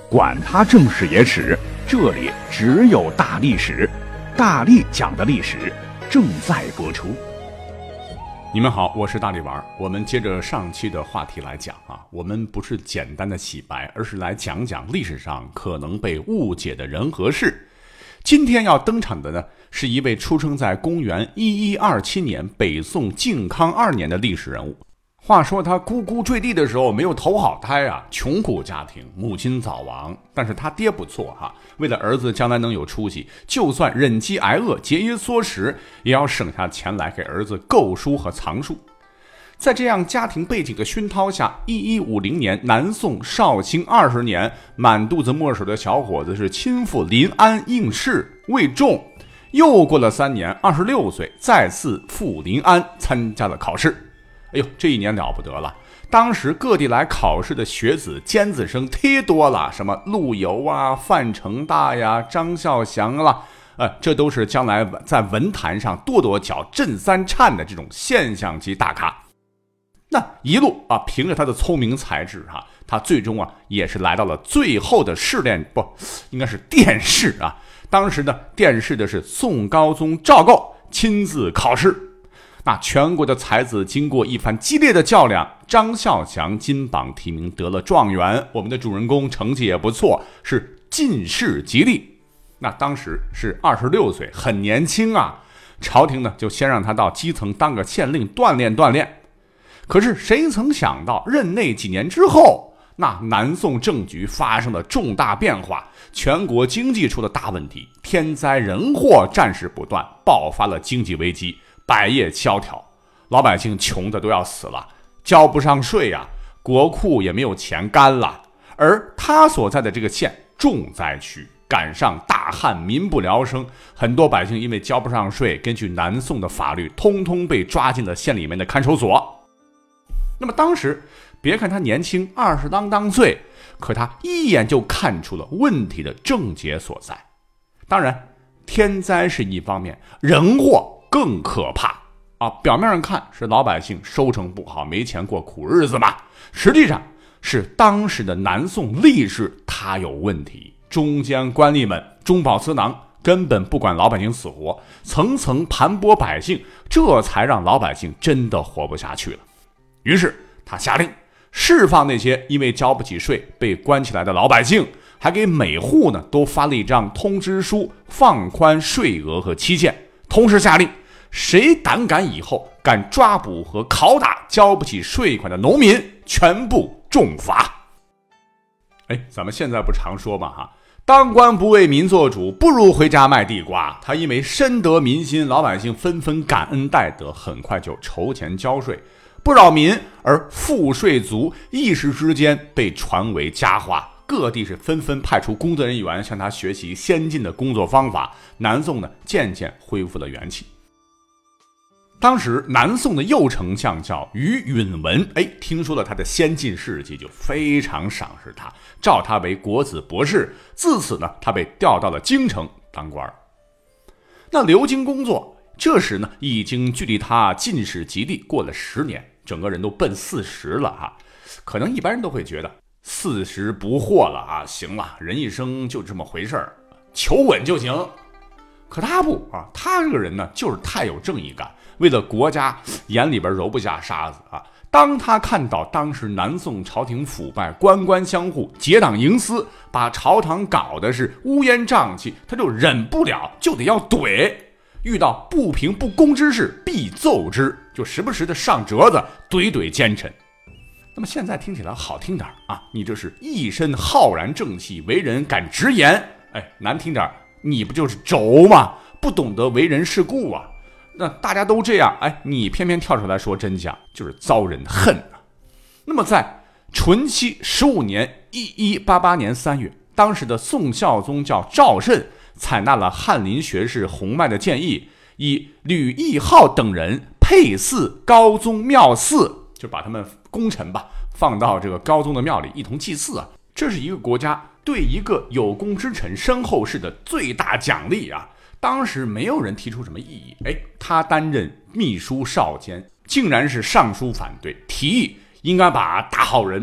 管他正史野史，这里只有大历史，大力讲的历史正在播出。 你们好，我是大力丸。我们接着上期的话题来讲啊，我们不是简单的洗白，而是来讲讲历史上可能被误解的人和事。今天要登场的呢，是一位出生在公元1127年北宋靖康2年的历史人物。话说他咕咕坠地的时候没有投好胎啊，穷苦家庭，母亲早亡，但是他爹不错哈，为了儿子将来能有出息，就算忍饥挨饿节衣缩食，也要省下钱来给儿子购书和藏书。在这样家庭背景的熏陶下，1150年南宋绍兴20年，满肚子墨水的小伙子是亲赴临安应试未中，又过了3年，26岁再次赴临安参加了考试。哎呦，这一年了不得了！当时各地来考试的学子、尖子生忒多了，什么陆游啊、范成大呀、张孝祥啦，这都是将来在文坛上跺跺脚、震3颤的这种现象级大咖。那一路啊，凭着他的聪明才智哈，他最终啊也是来到了最后的试炼，不，应该是殿试啊。当时呢，殿试的是宋高宗赵构亲自考试。那全国的才子经过一番激烈的较量，张孝祥金榜题名得了状元，我们的主人公成绩也不错，是进士及第。那当时是26岁，很年轻啊。朝廷呢就先让他到基层当个县令锻炼锻炼。可是谁曾想到任内几年之后，那南宋政局发生了重大变化，全国经济出了大问题，天灾人祸战事不断，爆发了经济危机，百业萧条，老百姓穷的都要死了，交不上税啊，国库也没有钱干了。而他所在的这个县重灾区，赶上大旱，民不聊生，很多百姓因为交不上税，根据南宋的法律，通通被抓进了县里面的看守所。那么当时别看他年轻20啷当岁，可他一眼就看出了问题的症结所在。当然天灾是一方面，人祸更可怕啊！表面上看是老百姓收成不好，没钱过苦日子嘛，实际上是当时的南宋吏治它有问题，中间官吏们中饱私囊，根本不管老百姓死活，层层盘剥百姓，这才让老百姓真的活不下去了。于是他下令释放那些因为交不起税被关起来的老百姓，还给每户呢都发了一张通知书，放宽税额和期限，同时下令谁胆敢以后敢抓捕和拷打交不起税款的农民，全部重罚。咱们现在不常说嘛哈，当官不为民做主，不如回家卖地瓜。他因为深得民心，老百姓纷纷感恩戴德，很快就筹钱交税，不扰民，而赋税足一时之间被传为佳话。各地是纷纷派出工作人员向他学习先进的工作方法，南宋呢渐渐恢复了元气。当时南宋的右丞相叫于允文，听说了他的先进事迹，就非常赏识他，召他为国子博士。自此呢，他被调到了京城当官。那留京工作，这时呢已经距离他进士及第过了10年，整个人都奔40了哈。可能一般人都会觉得40不惑了啊，行了，人一生就这么回事儿，求稳就行。可他不啊，他这个人呢就是太有正义感，为了国家眼里边揉不下沙子啊。当他看到当时南宋朝廷腐败，官官相护，结党营私，把朝堂搞得是乌烟瘴气，他就忍不了，就得要怼。遇到不平不公之事，必奏之，就时不时的上折子怼奸臣。那么现在听起来好听点啊，你这是一身浩然正气，为人敢直言。难听点，你不就是轴吗？不懂得为人世故啊。那大家都这样，你偏偏跳出来说真假，就是遭人恨啊。那么在淳熙15年1188年3月，当时的宋孝宗叫赵慎，采纳了翰林学士洪迈的建议，以吕义浩等人配祀高宗庙祀，就把他们功臣吧放到这个高宗的庙里一同祭祀啊。这是一个国家对一个有功之臣身后事的最大奖励啊。当时没有人提出什么异议，他担任秘书少监，竟然是上书反对，提议应该把大好人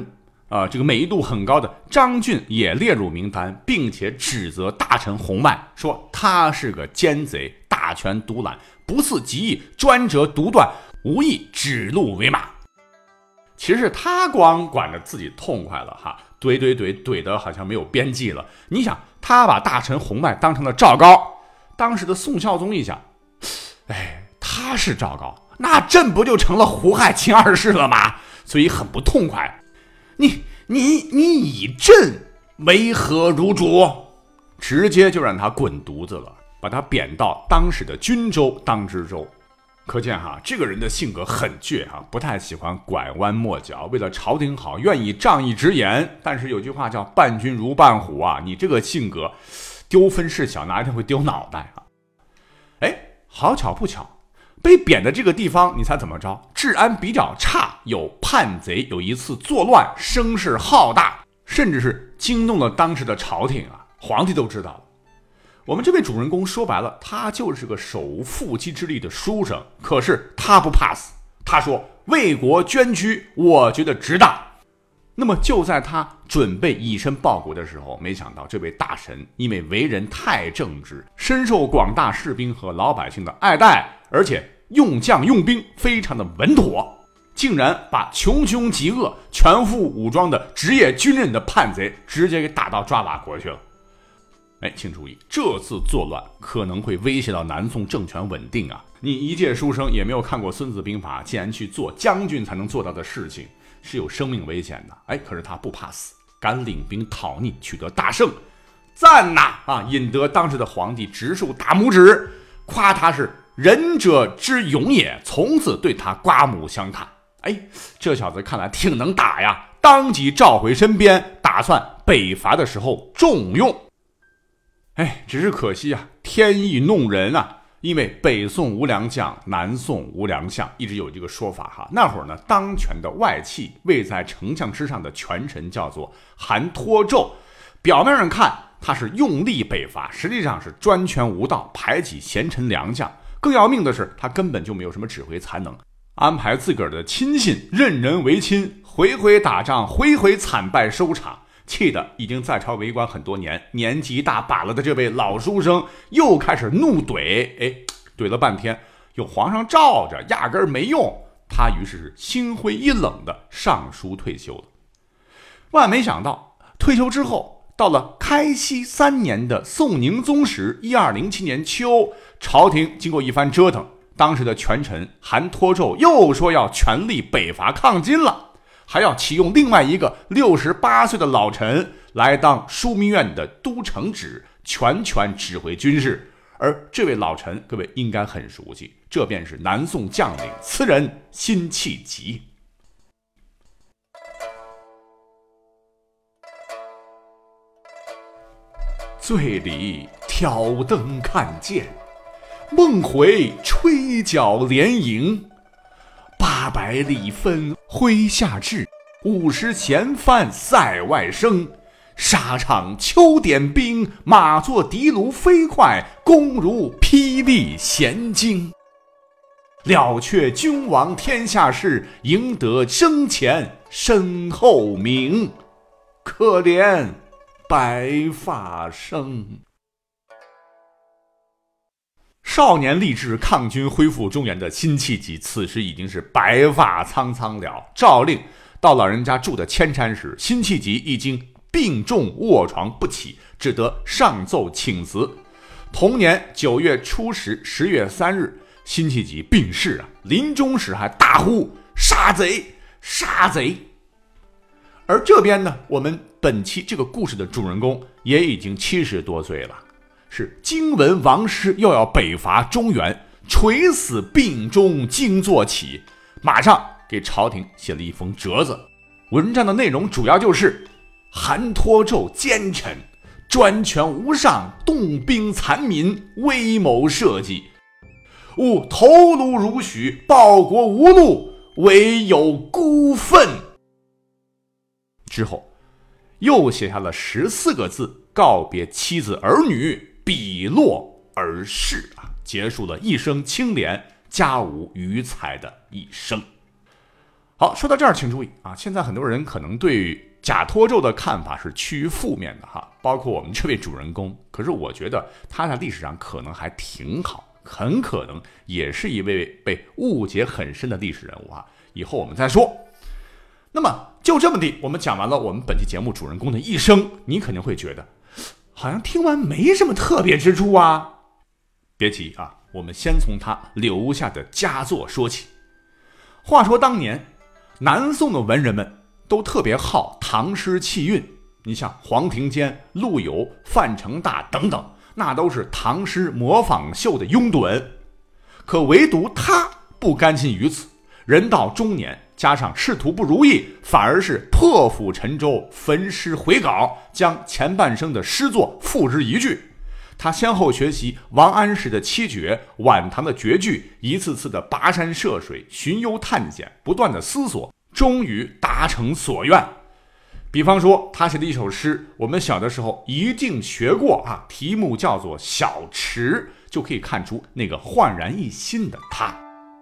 这个美誉度很高的张俊也列入名单，并且指责大臣洪迈说他是个奸贼，大权独揽，不思己意，专折独断，无意指鹿为马。其实他光管着自己痛快了哈，怼的好像没有边际了。你想，他把大臣洪迈当成了赵高，当时的宋孝宗一想，他是赵高，那朕不就成了胡亥秦二世了吗？所以很不痛快。你以朕为何如主？直接就让他滚犊子了，把他贬到当时的均州当知州。可见哈，这个人的性格很倔哈，不太喜欢拐弯抹角，为了朝廷好，愿意仗义直言。但是有句话叫伴君如伴虎啊，你这个性格丢分事小，哪一天会丢脑袋啊？好巧不巧，被贬的这个地方，你猜怎么着？治安比较差，有叛贼，有一次作乱，声势浩大，甚至是惊动了当时的朝廷啊，皇帝都知道了。我们这位主人公说白了，他就是个手无缚鸡之力的书生，可是他不怕死，他说为国捐躯，我觉得值当。那么就在他准备以身报国的时候，没想到这位大神因为为人太正直，深受广大士兵和老百姓的爱戴，而且用将用兵非常的稳妥，竟然把穷凶极恶、全副武装的职业军人的叛贼直接给打到抓瓦国去了。请注意，这次作乱可能会威胁到南宋政权稳定啊！你一介书生也没有看过《孙子兵法》，竟然去做将军才能做到的事情，是有生命危险的。可是他不怕死，敢领兵讨逆，取得大胜，赞呐！引得当时的皇帝直竖大拇指，夸他是仁者之勇也，从此对他刮目相看。这小子看来挺能打呀，当即召回身边，打算北伐的时候重用。只是可惜啊，天意弄人啊！因为北宋无良将，南宋无良相，一直有这个说法哈。那会儿呢，当权的外戚位在丞相之上的权臣叫做韩托胄，表面上看他是用力北伐，实际上是专权无道，排挤贤臣良将。更要命的是，他根本就没有什么指挥才能，安排自个儿的亲信任人唯亲，回回打仗，回回惨败收场。气的已经在朝为官很多年，年纪大把了的这位老书生又开始怒怼，怼了半天，有皇上罩着，压根儿没用。他于是心灰意冷的上书退休了。万没想到，退休之后，到了开熙3年的宋宁宗时，1207年秋，朝廷经过一番折腾，当时的权臣韩托胄又说要全力北伐抗金了。还要启用另外一个68岁的老臣来当枢密院的都城旨，全权指挥军事。而这位老臣各位应该很熟悉，这便是南宋将领词人辛弃疾。醉里挑灯看剑，梦回吹角连营。800里分麾下炙，50弦翻塞外声。沙场秋点兵，马作的卢飞快，弓如霹雳弦惊。了却君王天下事，赢得生前身后名。可怜白发生。少年立志抗军恢复中原的辛弃疾，此时已经是白发苍苍了。诏令到老人家住的千山时，辛弃疾已经病重卧床不起，只得上奏请辞。同年9月初10 10月3日，辛弃疾病逝临终时还大呼杀贼杀贼。而这边呢，我们本期这个故事的主人公也已经70多岁了，是惊闻王师又要北伐中原，垂死病中惊坐起，马上给朝廷写了一封折子。文章的内容主要就是韩托胄奸臣，专权无上，动兵残民，威谋社稷，吾头颅如许，报国无路，唯有孤愤。之后又写下了14个字，告别妻子儿女，笔落而逝结束了一生清廉、家无余财的一生。好，说到这儿，请注意现在很多人可能对贾托胄的看法是趋于负面的哈，包括我们这位主人公。可是我觉得他在历史上可能还挺好，很可能也是一位被误解很深的历史人物啊。以后我们再说。那么就这么地，我们讲完了我们本期节目主人公的一生，你肯定会觉得好像听完没什么特别之处啊。别急啊，我们先从他留下的佳作说起。话说当年南宋的文人们都特别好唐诗气韵，你像黄庭坚、陆游、范成大等等，那都是唐诗模仿秀的拥趸。可唯独他不甘心于此，人到中年，加上仕途不如意，反而是破釜沉舟，焚诗回稿，将前半生的诗作付之一炬。他先后学习王安石的七绝、晚唐的绝句，一次次的跋山涉水，寻幽探险，不断的思索，终于达成所愿。比方说他写的一首诗，我们小的时候一定学过啊，题目叫做《小池》，就可以看出那个焕然一新的他。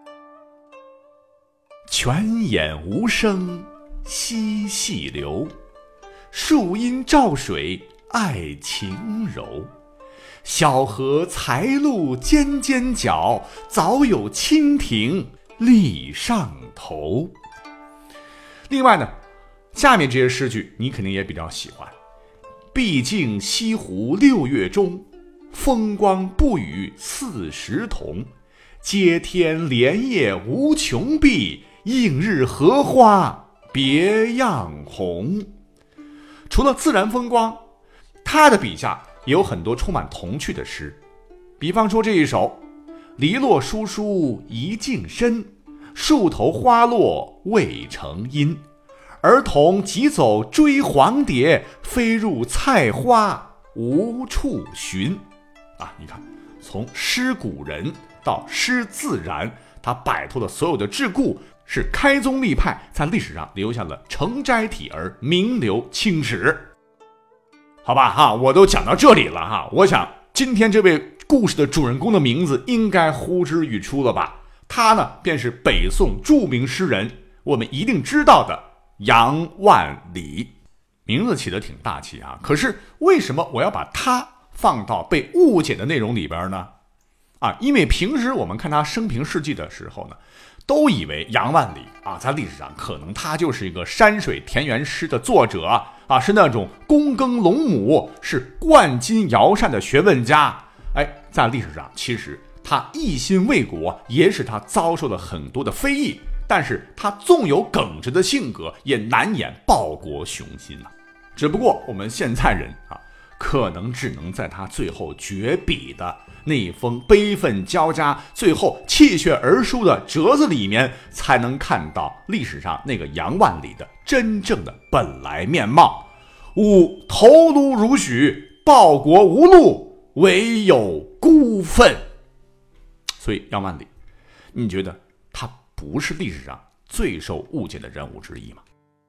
泉眼无声惜细流，树阴照水爱晴柔。小荷才露尖尖角，早有蜻蜓立上头。另外呢，下面这些诗句你肯定也比较喜欢。毕竟西湖6月中，风光不与40同。接天莲叶无穷碧，映日荷花别样红。除了自然风光，他的笔下也有很多充满童趣的诗。比方说这一首：篱落疏疏一径深，树头花落未成阴。儿童急走追黄蝶，飞入菜花无处寻。啊，你看，从诗古人到诗自然，他摆脱了所有的桎梏，是开宗立派，在历史上留下了承斋体而名留青史。好吧哈，我都讲到这里了哈，我想今天这位故事的主人公的名字应该呼之欲出了吧？他呢，便是北宋著名诗人，我们一定知道的杨万里。名字起得挺大气啊，可是为什么我要把他放到被误解的内容里边呢？因为平时我们看他生平事迹的时候呢，都以为杨万里在历史上可能他就是一个山水田园诗的作者是那种躬耕陇亩，是冠金尧善的学问家。在历史上其实他一心为国，也使他遭受了很多的非议，但是他纵有耿直的性格，也难掩报国雄心只不过我们现在人可能只能在他最后绝笔的那一封悲愤交加，最后泣血而出的折子里面，才能看到历史上那个杨万里的真正的本来面貌。吾头颅如许，报国无路，唯有孤愤。所以杨万里，你觉得他不是历史上最受误解的人物之一吗？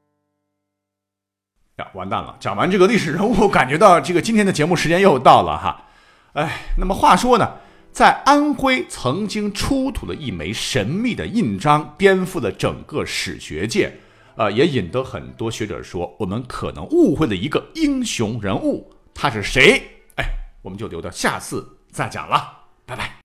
完蛋了，讲完这个历史人物，感觉到这个今天的节目时间又到了哈。那么话说呢，在安徽曾经出土了一枚神秘的印章，颠覆了整个史学界，也引得很多学者说，我们可能误会了一个英雄人物，他是谁？我们就留到下次再讲了，拜拜。